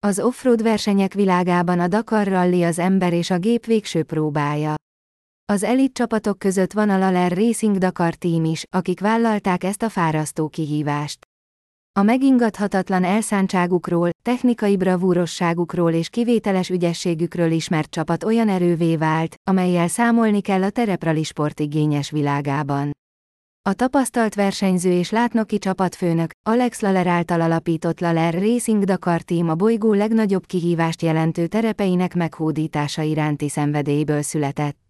Az offroad versenyek világában a Dakar Rally az ember és a gép végső próbája. Az elit csapatok között van a Laler Racing Dakar Team is, akik vállalták ezt a fárasztó kihívást. A megingathatatlan elszántságukról, technikai bravúrosságukról és kivételes ügyességükről ismert csapat olyan erővé vált, amellyel számolni kell a tereprali sportigényes világában. A tapasztalt versenyző és látnoki csapatfőnök, Alex Laler által alapított Laler Racing Dakar Team a bolygó legnagyobb kihívást jelentő terepeinek meghódítása iránti szenvedélyből született.